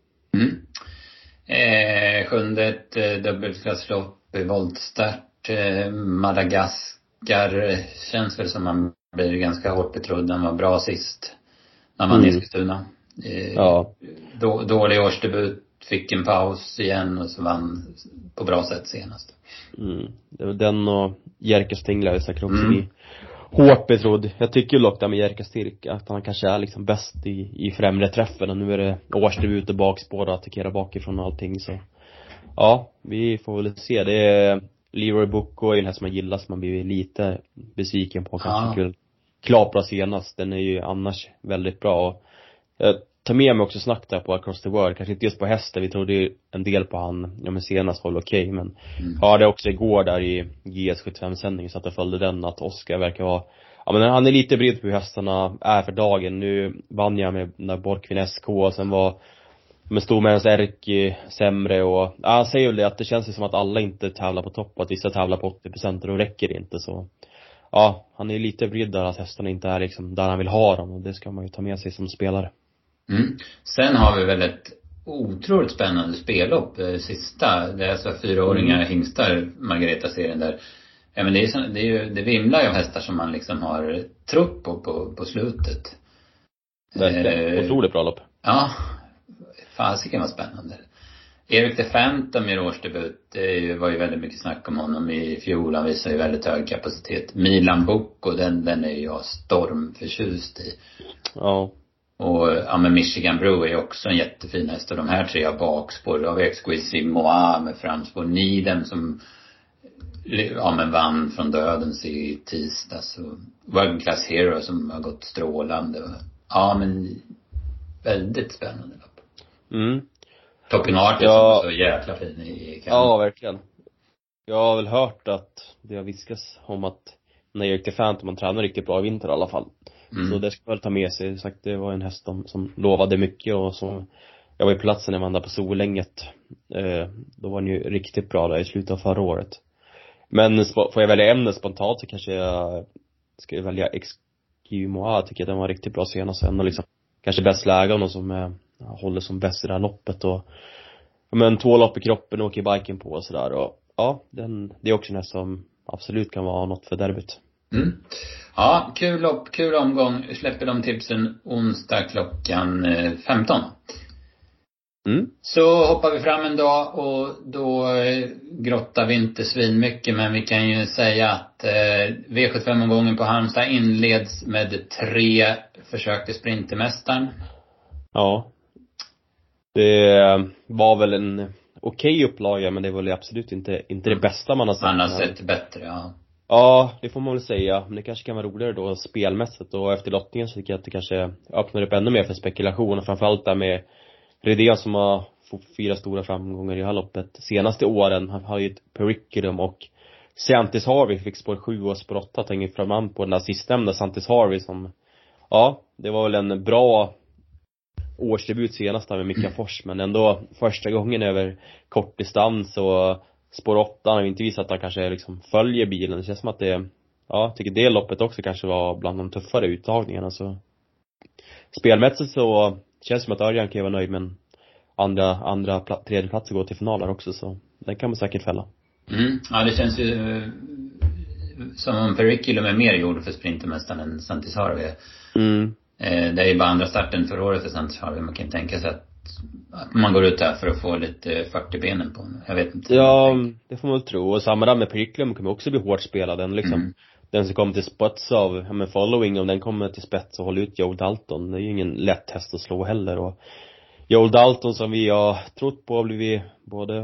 Sjunde ett dubbelklasslopp i voltstart. Madagaskar känns väl som man blir ganska hårt betrodd. Den var bra sist när man i Eskilstuna. Dålig årsdebut, fick en paus igen och så vann på bra sätt senast. Det var den och Jerka Stinglar är säkert också hårt betrodd. Jag tycker ju dock där med Jerka Styrka att han kanske är liksom bäst i främre träffen, och nu är det årsdebut och bakspår och attackera bakifrån och allting så. Ja, vi får väl se. Det är Leroy Bocco är den här som man gillar, som man blir lite besviken på kanske. Klart bra senast, den är ju annars väldigt bra. Och jag tar med mig också snack där på Across the World, kanske inte just på hästen, vi trodde ju en del på han, men senast var det okej, men det också igår där i GS75-sändningen så att jag följde den, att Oskar verkar vara, men han är lite bred på hur hästarna är för dagen. Nu vann jag med när Borkvin SK, och sen var med Stormännens Erki sämre, och han säger ju det att det känns som att alla inte tävlar på topp, att vissa tävlar på 80% och då räcker det inte så. Ja, han är lite brydd där att hästarna inte är liksom där han vill ha dem, och det ska man ju ta med sig som spelare. Sen har vi väl ett otroligt spännande spellopp sista. Det är alltså 4-åringar hingstar, Margareta-serien där. Ja, men det vimlar ju av hästar som man liksom har trott på slutet. Verkligen, otroligt bra lopp. Ja, fasiken var spännande. Erik de Phantom i årsdebut, det var ju väldigt mycket snack om honom i fjol. Han visar ju väldigt hög kapacitet. Milan Bocco, den är jag stormförtjust i. Ja. Och men Michigan Brew är ju också en jättefin häst. Och de här 3 har bakspår. Då har vi Exquisite Moa med framspår. Nidem som vann från dödens i tisdags. Och World Class Hero som har gått strålande. Men väldigt spännande lopp. Topping Artis som är så jäkla fin i kampen. Ja, verkligen. Jag har väl hört att det har viskas om att när jag gick till Phantom, man tränar riktigt bra i vinter i alla fall. Så det ska väl ta med sig. Sagt, det var en häst som lovade mycket, och som jag var i platsen när man var på Solänget. Då var den ju riktigt bra där i slutet av förra året. Men får jag välja ämne spontant så kanske jag ska välja Exquimoa. Jag tycker att den var riktigt bra senast. Och liksom kanske bäst läge och som håller som bäst i det här loppet. Och 2 lopp i kroppen och åker biken på och sådär. Och ja, det är också en häst som absolut kan vara något för derbyt. Mm. Ja, kul lopp, kul omgång. Släpper de tipsen onsdag klockan 15. Så hoppar vi fram en dag och då grottar vi inte svin mycket, men vi kan ju säga att V75-omgången på Halmstad inleds med 3 försök till Sprintermästaren. Ja. Det var väl en okej upplaga, men det var väl absolut inte det bästa man har sett. Man har sett bättre, ja. Ja, det får man väl säga. Men det kanske kan vara roligare då spelmässigt. Och efter lottningen så tycker jag att det kanske öppnar upp ännu mer för spekulation. Och framförallt där med Redén som har fått 4 stora framgångar i det här loppet senaste åren. Han har ju ett Periculum och Santis Harvey fick spår 7 och spår 8. Tänker fram på den där sistnämnda Santis Harvey som, ja, det var väl en bra årsdebut senast där med Mika Fors, men ändå första gången över kort distans, och spår 8 har inte visat att han kanske liksom följer bilen. Det känns som att det, ja, jag tycker det loppet också kanske var bland de tuffare uttagningarna. Så spelmässigt så känns det som att Örjan kan vara nöjd, men tredje plats går till finaler också, så den kan man säkert fälla. Ja, det känns ju som om Periculum är mer gjord för Sprintermästaren än Santis Harvey. Det är ju bara andra starten för året för Santis Harvey. Man kan tänka sig att man går ut där för att få lite fart i benen på honom. Jag vet inte. Ja, det får man väl tro. Och samma där med Periculum kommer också bli hårt spelad. Den liksom, den som kommer till spets av following, om den kommer till spets och håller ut Joel Dalton. Det är ju ingen lätt häst att slå heller. Och Joel Dalton som vi har trott på har blivit både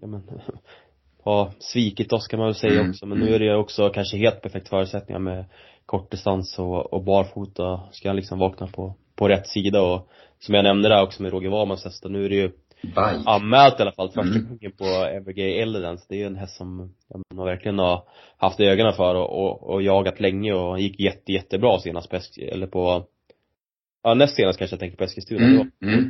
har svikit oss kan man väl säga också. Men nu är det också kanske helt perfekt förutsättningar med kortdistans och barfota. Ska han liksom vakna på rätt sida. Och som jag nämnde där också med Roger Wahmans hästar, nu är det ju anmält i alla fall första gången på Evergay Elegance. Det är ju en häst som man verkligen har haft ögonen för och jagat länge, och han gick jättebra senast eller på näst senast kanske jag tänker på Eskilstuna.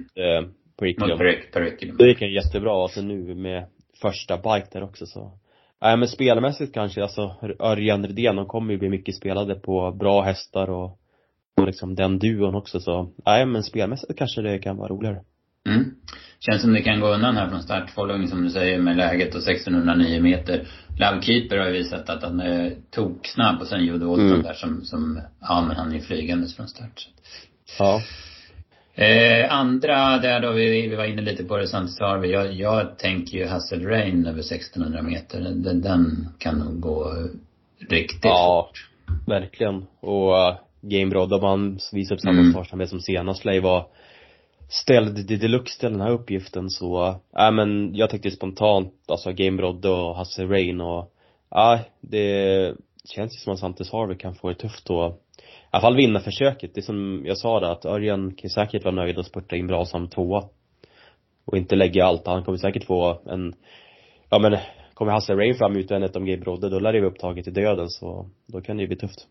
Periculum. Det gick jättebra, och så nu med första bike där också, så men spelmässigt kanske, alltså Örjan Redén, de kommer ju bli mycket spelade på bra hästar och liksom den duon också, så men spelmässigt kanske det kan vara roligare. Känns som det kan gå undan här från start. Following som du säger med läget och 1609 meter. Lovekeeper har ju visat att han är toksnabb, och sen Jude Olsson där som ja, men han är flygande från start. Ja. Andra där då vi var inne lite på det, Santis Harvey. Jag tänker ju Hassel Rain över 1600 meter. Den kan nog gå riktigt fort. Verkligen. Och Game Brodde, om han visar upp samma sparsamhet som senast Lay var ställd deluxe till den här uppgiften, så men jag tyckte spontant alltså Game Brodde och Hassel Rain, och det känns ju som att Santis Harvey kan få det tufft och i alla fall vinna försöket. Det som jag sa där, att Örjan kan säkert vara nöjd och spurta in bra som 2 och inte lägga allt. Han kommer säkert få kommer Hassel Rain fram utvändigt om Game Brodde, då lär det vara upptaget i döden, så då kan det ju bli tufft.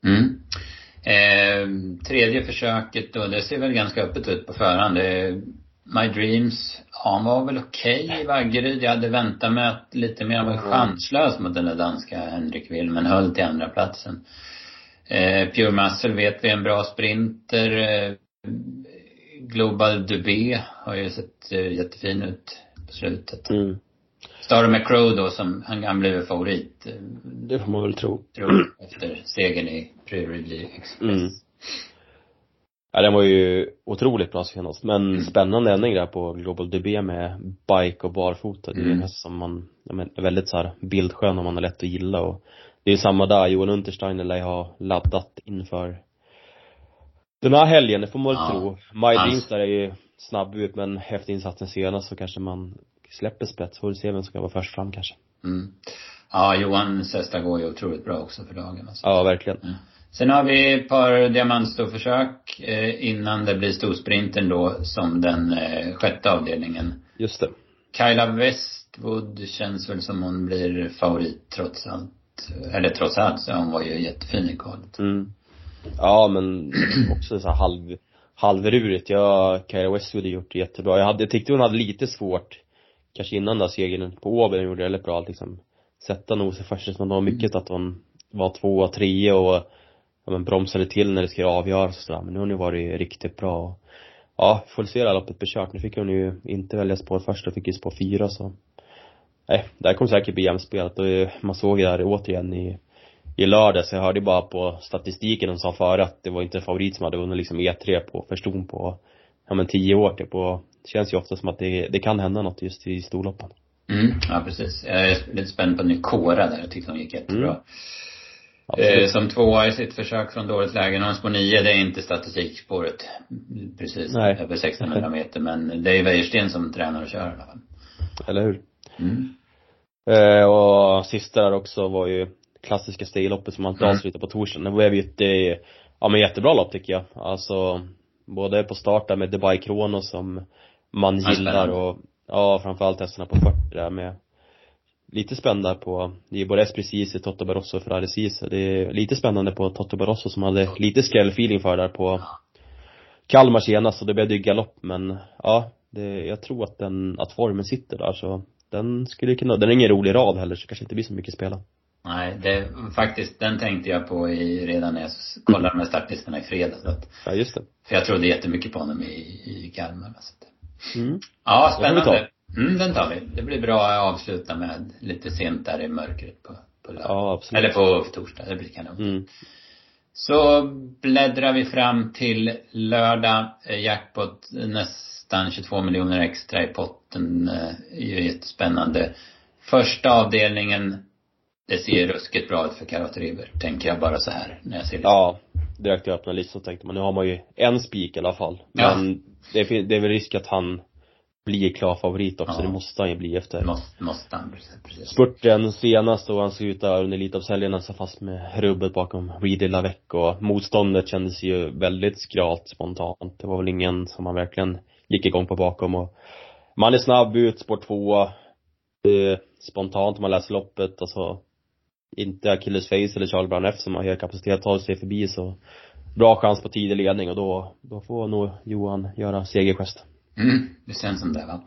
Tredje försöket då, det ser väl ganska öppet ut på förhand. My Dreams, han var väl okej i Vaggeryd. Jag hade väntat mig att lite mer var chanslös mot den där danska Henrik Will, men höll till andra platsen. Pure Muscle vet vi är en bra sprinter. Global Dubé har ju sett jättefin ut på slutet. Star McCrow då, som han blev favorit. Det får man väl tro. Efter segern i Prairie Express. Ja, den var ju otroligt bra senast. Men spännande ändring där på Global Dubé med bike och barfota. Det är en häst som man är väldigt så här bildskön, och man har lätt att gilla. Och det är samma där, Johan Untersteiner lär ha laddat inför den här helgen, det får man väl tro. My Dreams där är ju snabb ut, men efter insatsen senast så kanske man släpper spets. Får du se vem som ska vara först fram kanske. Ja, Johan Sesta går ju otroligt bra också för dagen alltså. Ja, verkligen. Sen har vi ett par diamantstorförsök innan det blir storsprinten då, som den 6:e avdelningen. Just det. Kyla Westwood känns väl som hon blir favorit trots allt. Eller trots allt, så hon var ju jättefin i kvalet. Ja, men också så här halvrurigt. Kyla Westwood har gjort det jättebra. Jag tyckte hon hade lite svårt kanske innan där segern på Åby. Hon gjorde det väldigt bra att liksom sätta nog sig först, men det var mycket att hon var 2 och 3 och bromsade till när det skulle avgöras och sådär. Men nu har hon ju varit riktigt bra. Ja, får se det här loppet bekört. Nu fick hon ju inte välja spår först, och fick ju spår 4, så Nej, det här kommer säkert bli jämspelat. Och man såg det här återigen i lördag. Så jag hörde bara på statistiken de sa före att det var inte en favorit som hade vunnit liksom E3 på förston på 10 år typ. Och det känns ju ofta som att det kan hända något just i storloppen. Ja, precis. Jag är lite spänd på Nykora där. Jag tyckte de gick jättebra. Som tvåa i sitt försök från dåligt läge. Någon på 9, det är inte statistikspåret. Precis. Nej. Över 1600 meter. Men det är Wäjersten som tränar och kör i alla fall. Eller hur? Och sista där också var ju klassiska stigloppet som man avslutade på torsdagen. Det var ju ett jättebra lopp tycker jag. Alltså både på starten med Dubai Kronos som man gillar och framförallt hästarna på 40 där med lite spännande på, det är både Esprecis, Toto Barroso och Ferrari Cise. Det är lite spännande på Toto Barroso som hade lite skrällfeeling för där på Kalmar senast, och det blev ju galopp, men jag tror att formen sitter där, så den är ingen rolig rad heller, så kanske inte blir så mycket spela. Nej, faktiskt, den tänkte jag på redan när jag kollade med startlistorna i fredags. Ja, just det. För jag trodde jättemycket på honom i Kalmar. Ja, spännande. Den tar vi. Det blir bra att avsluta med lite sent där i mörkret på lördag. Ja, absolut. Eller på torsdag, det blir kanon. Så bläddrar vi fram till lördag. Jackpot nästan 22 miljoner extra i potten. Är ju jättespännande. Första avdelningen, det ser ruskigt bra ut för Karat River, tänker jag bara så här när jag ser det. Ja, direkt jag öppnade listan tänkte man, nu har man ju en spik i alla fall. Men det är väl risk att han blir klar favorit också. Det måste han ju bli efter. Måste han, precis. Spurten senast då han slutade under Elitloppshelgen så fast med rubbet bakom Reedy Lavec, och motståndet kändes ju väldigt skralt spontant. Det var väl ingen som man verkligen gick igång på bakom, och man är snabb ut, sport 2 spontant om man läser loppet, alltså inte Achilles Face eller Charles Brown F som har hög kapacitet att ta sig förbi, så bra chans på tidig ledning, och då får nog Johan göra segergest. Det känns som det, va?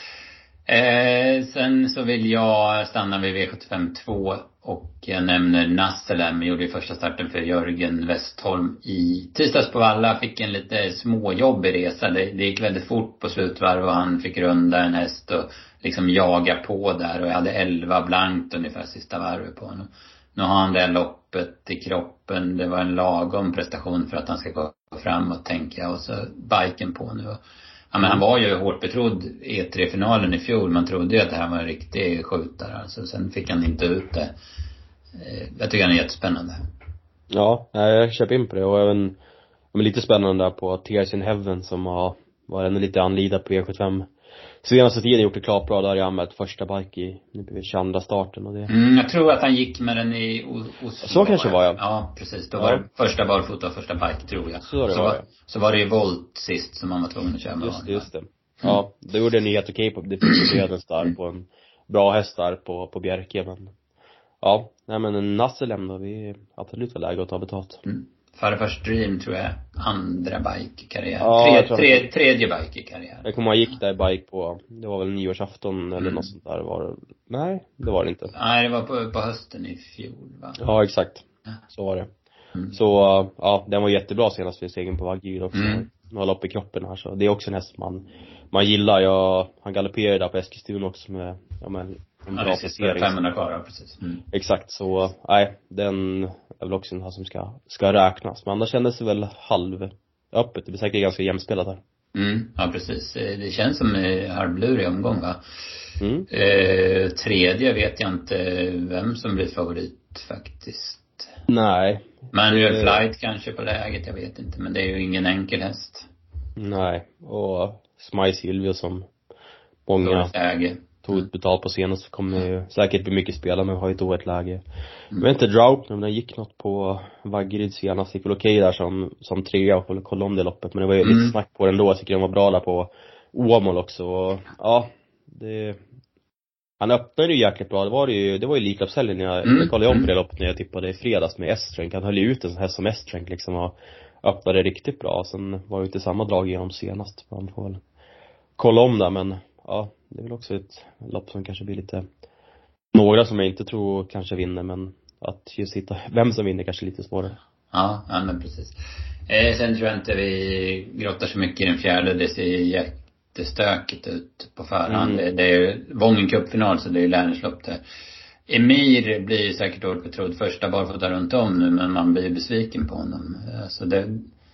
Sen så vill jag stanna vid V75-2 och jag nämner Nasselem. Gjorde ju första starten för Jörgen Westholm i tisdags på Valla. Fick en lite småjobbig resa. Det gick väldigt fort på slutvarv och han fick runda en häst och liksom jaga på där. Och jag hade 11 blankt ungefär sista varvet på honom. Nu har han det loppet i kroppen. Det var en lagom prestation för att han ska gå framåt, tänker jag. Och så biken på nu. Ja, men han var ju hårt betrodd E3-finalen i fjol. Man trodde ju att det här var en riktig skjutare. Alltså, sen fick han inte ut det. Jag tycker han är jättespännande. Ja, jag köper in på det. Och även lite spännande där på Tears in Heaven som har varit ännu lite anlidad på E75. Senaste tiden gjort det klart bra. Där har jag anmält första bike i 22 starten och det. Jag tror att han gick med den i Oslo. Så kanske var jag. Ja, precis. Då var det första barfota och första bike, tror jag. Så var det ju volt sist som man var tvungen att köra med. Just det. Ja, det gjorde en helt okej på det. Fick där på en bra häst där på Bjerke, men ja, nej men en Nasselem då, vi är absolut väl läge att ta betalt. Farfars Dream tror jag andra bike i karriär. Tredje bike i karriär. Jag kommer ihåg gick där bike på, det var väl nyårsafton eller något sånt där var det. Nej, det var det inte. Nej, det var på hösten i fjol, va? Ja, exakt. Så var det. Så ja, den var jättebra senast för segern på Vaggyr också. Några lopp i kroppen här, så det är också en häst man gillar. Han galopperade där på Eskilstuna också med en bra placering. 500 kvar, precis. Exakt, så nej, den är väl också en här som ska räknas. Men annars kändes det väl halvöppet. Det blir säkert ganska jämspelat här. Ja, precis. Det känns som en halvlurig omgång, va? Tredje vet jag inte vem som blir favorit faktiskt. Nej. Manual Flight kanske på läget, jag vet inte. Men det är ju ingen enkel häst. Nej, och Smile Silvio som många tog ut betalt på senast, så kommer ju säkert bli mycket spela, men har ju ett dåligt läge. Jag vet inte, Drought, men det gick något på Vaggeryd senast. Gick väl okej där som trea och kolla om det loppet. Men det var ju lite snack på den då. Jag tycker de var bra där på Åmål också. Och, ja, han öppnade ju jäkligt bra. Det var ju Elitloppshelgen jag kollade om på det loppet när jag tippade i fredags med S-Trank. Han höll ju ut en sån här som S-Trank liksom och öppnade riktigt bra. Sen var det inte samma drag igenom senast. Man får väl kolla om det, men ja, det är väl också ett lopp som kanske blir lite, några som jag inte tror kanske vinner, men att just hitta vem som vinner kanske lite svårare. Ja, men precis. Sen tror jag inte vi grottar så mycket i den fjärde. Det ser jättestökigt ut på förhand. Det är ju Wången cupfinal, så det är ju lärlingslopp där. Emir blir säkert hårt betrodd första barfota runt om nu, men man blir besviken på honom. Så det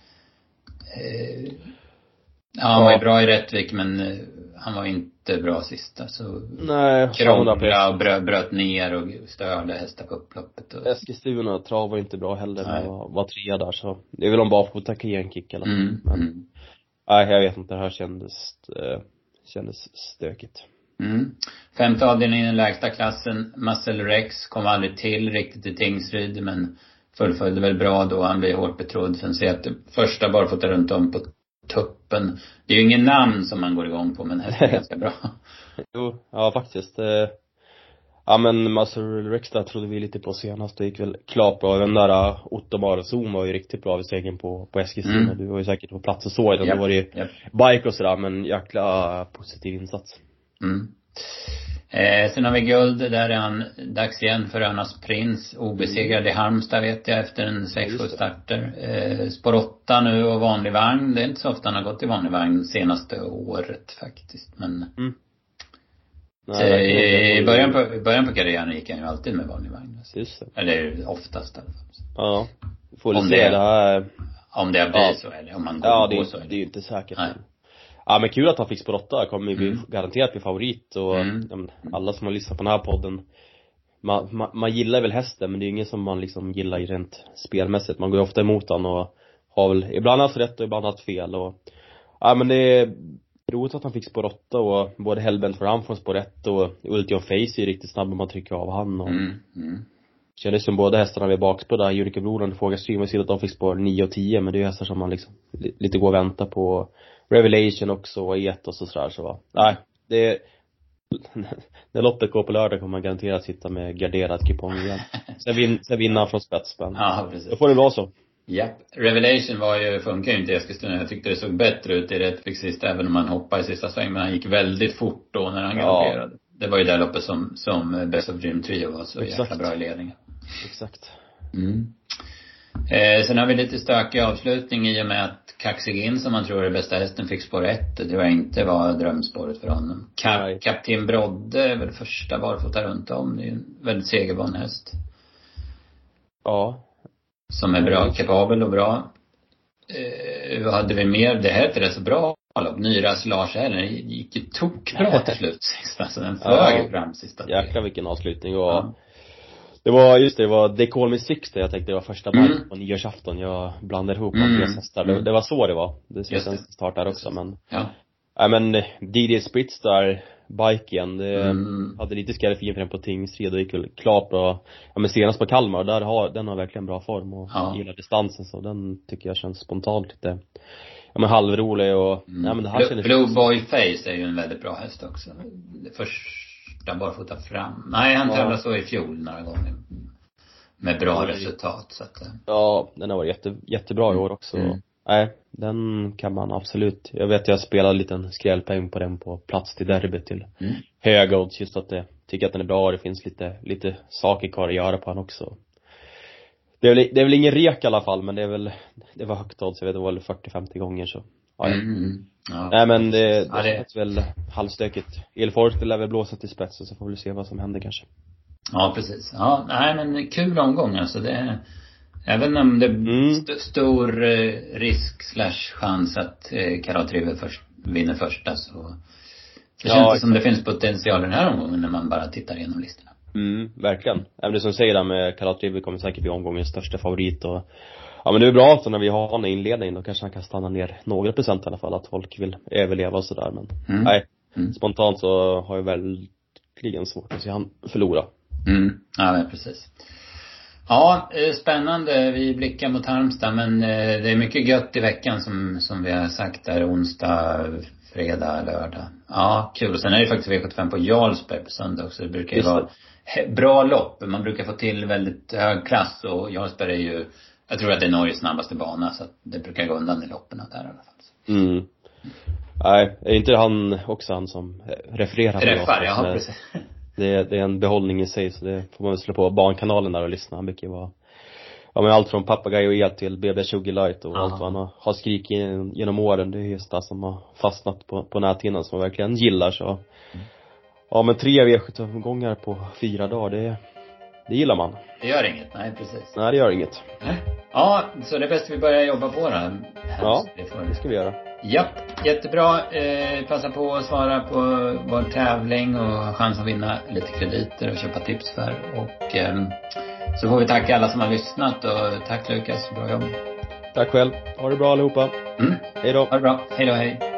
han var ju bra i Rättvik, men han var inte bra sista. Så nej, krångla och bröt ner och störde hästar på upploppet. Eskilstuna trav var inte bra heller. Var 3 där, så det är väl om barfota kan ge en kick eller men nej, jag vet inte, det här kändes stökigt. 5:e avdelningen i den lägsta klassen. Marcel Rex kom aldrig till riktigt i Tingsryd, men fullföljde väl bra då. Han blir hårt betrodd. Sen ser jag att första barfota runt om på tuppen. Det är ju ingen namn som man går igång på, men hästen är ganska bra. Jo, ja faktiskt. Ja men Marcel Rex där trodde vi lite på senast. Det gick väl klart bra. Den där Ottomar Zoom var ju riktigt bra vid segern på Eskilstuna. Du var ju säkert på plats och så. Det var ju bike och sådär, men jäkla positiv insats. Sen har vi guld. Där är han dags igen för Önas Prins. Obesegrad i Halmstad vet jag efter en 6-7 starter. Spår 8 nu och vanlig vagn. Det är inte så ofta han har gått i vanlig vagn senaste året faktiskt. Men i början på karriären gick han ju alltid med vanlig vagn. Just det. Eller oftast. Ja, får du se det här. Om det blir så, eller om man går på så. Det är ju inte säkert. Ja, men kul att han fick spår 8. Kommer ju bli garanterat bli favorit. Och alla som har lyssnat på den här podden, man gillar väl hästen, men det är ingen som man liksom gillar i rent spelmässigt. Man går ju ofta emot han och har väl ibland haft rätt och ibland haft fel. Och ja, men det är roligt att han fick spår 8. Och både Hellbent för han får spår 1 och Ultion Face är riktigt snabb om man trycker av han. Och kändes som båda hästarna vid bakspår där. Jurika Broden frågar stream och säger att de fick spår 9 och 10. Men det är ju hästar som man liksom lite går och väntar på. Revelation också och Etos och sådär, så nej, det när loppet går på lördag kommer man garanterat sitta med garderad kupong igen. Sen vinna från spetsspänn. Ja, precis. Då får det vara så. Ja, Revelation funkar ju inte i Eskilstuna. Jag tyckte det såg bättre ut i Rättvik sist, även om man hoppade i sista sväng, men han gick väldigt fort då när han galopperade. Det var ju det loppet som Best of Dream Trio var så jäkla bra i ledningen. Exakt. Sen har vi lite stökig avslutning i och med att Kaxigin, som man tror är bästa hästen, fick spår 1. Det var inte drömspåret för honom. Kapten Brodde är väl första barfota runt om. Det är en väldigt segervan häst. Ja. Som är bra, kapabel och bra. Vad hade vi mer? Det här är rätt så bra. Nyras Lars Ellen gick ju tokbra till slut sist. Alltså den flög fram sista. Jäkla vilken avslutning. Och det var They Call Me Six där jag tänkte det var första bike på nyårsafton. Jag blandade ihop Andreas hästar. Det var så det var. Det ser en start där också, men men DJ Spritz där biken, det hade lite skärfin för den på Tingsryd och gick väl klart bra. Ja, men senast på Kalmar den har verkligen bra form och gillar distansen, så den tycker jag känns spontant lite halvrolig och men det här känns Blue Boy Face är ju en väldigt bra häst också. Första barfota fram. Nej, han tävlade så i fjol några gånger med bra resultat, så att den har varit jättebra i år också. Nej, den kan man absolut. Jag vet jag spelade en liten skrällpeng på den på plats till derby till höga odds, just att det tycker att den är bra och det finns lite saker kvar att göra på han också. Det är väl ingen rek i alla fall, men det var högt odds, jag vet det var 40-50 gånger så. Nej, men det är väl halvstökigt. Elfort lär väl blåsa till spets, så får vi se vad som händer kanske. Ja, precis. Ja, nej, men kul omgång alltså. Det är, även om det är stor risk / chans att Karat River vinner första, så det känns som det finns potential den här omgången när man bara tittar igenom listorna. Verkligen. Även det som säger där med Karat River kommer säkert bli omgångens största favorit. Och ja, men det är bra så när vi har en inledning då kanske han kan stanna ner några procent i alla fall, att folk vill överleva och sådär. Men nej, spontant så har jag verkligen svårt att se han förlora. Ja, men precis. Ja, spännande. Vi blickar mot Halmstad, men det är mycket gött i veckan som vi har sagt där, onsdag, fredag, lördag. Ja, kul. Och sen är det faktiskt V75 på Jarlsberg på söndag också. Det brukar ju vara bra lopp. Man brukar få till väldigt hög klass, och Jarlsberg är ju, jag tror att det är Norges snabbaste bana, så att det brukar gå undan i loppen där i alla fall. Nej, är inte han som refererar ja, precis. Det är en behållning i sig, så det får man väl slå på Barnkanalen där och lyssna. Han brukar vara ja, men allt från Papagayo och El till BB Sugar Light och Aha. allt vad han har skrikit genom åren. Det är just det som har fastnat på näthinnan som man verkligen gillar. Så ja, men 3 V75-gångar på 4 dagar, det gillar man. Det gör inget, nej precis. Nej, det gör inget. Ja, så det är bäst vi börjar jobba på då. Ja, det ska vi göra. Ja, jättebra. Passa på att svara på vår tävling och ha chans att vinna lite krediter och köpa tips för. Och så får vi tacka alla som har lyssnat och tack Lukas, bra jobb. Tack själv. Ha det bra allihopa. Mm. Hej då. Ha det bra. Hej då, hej.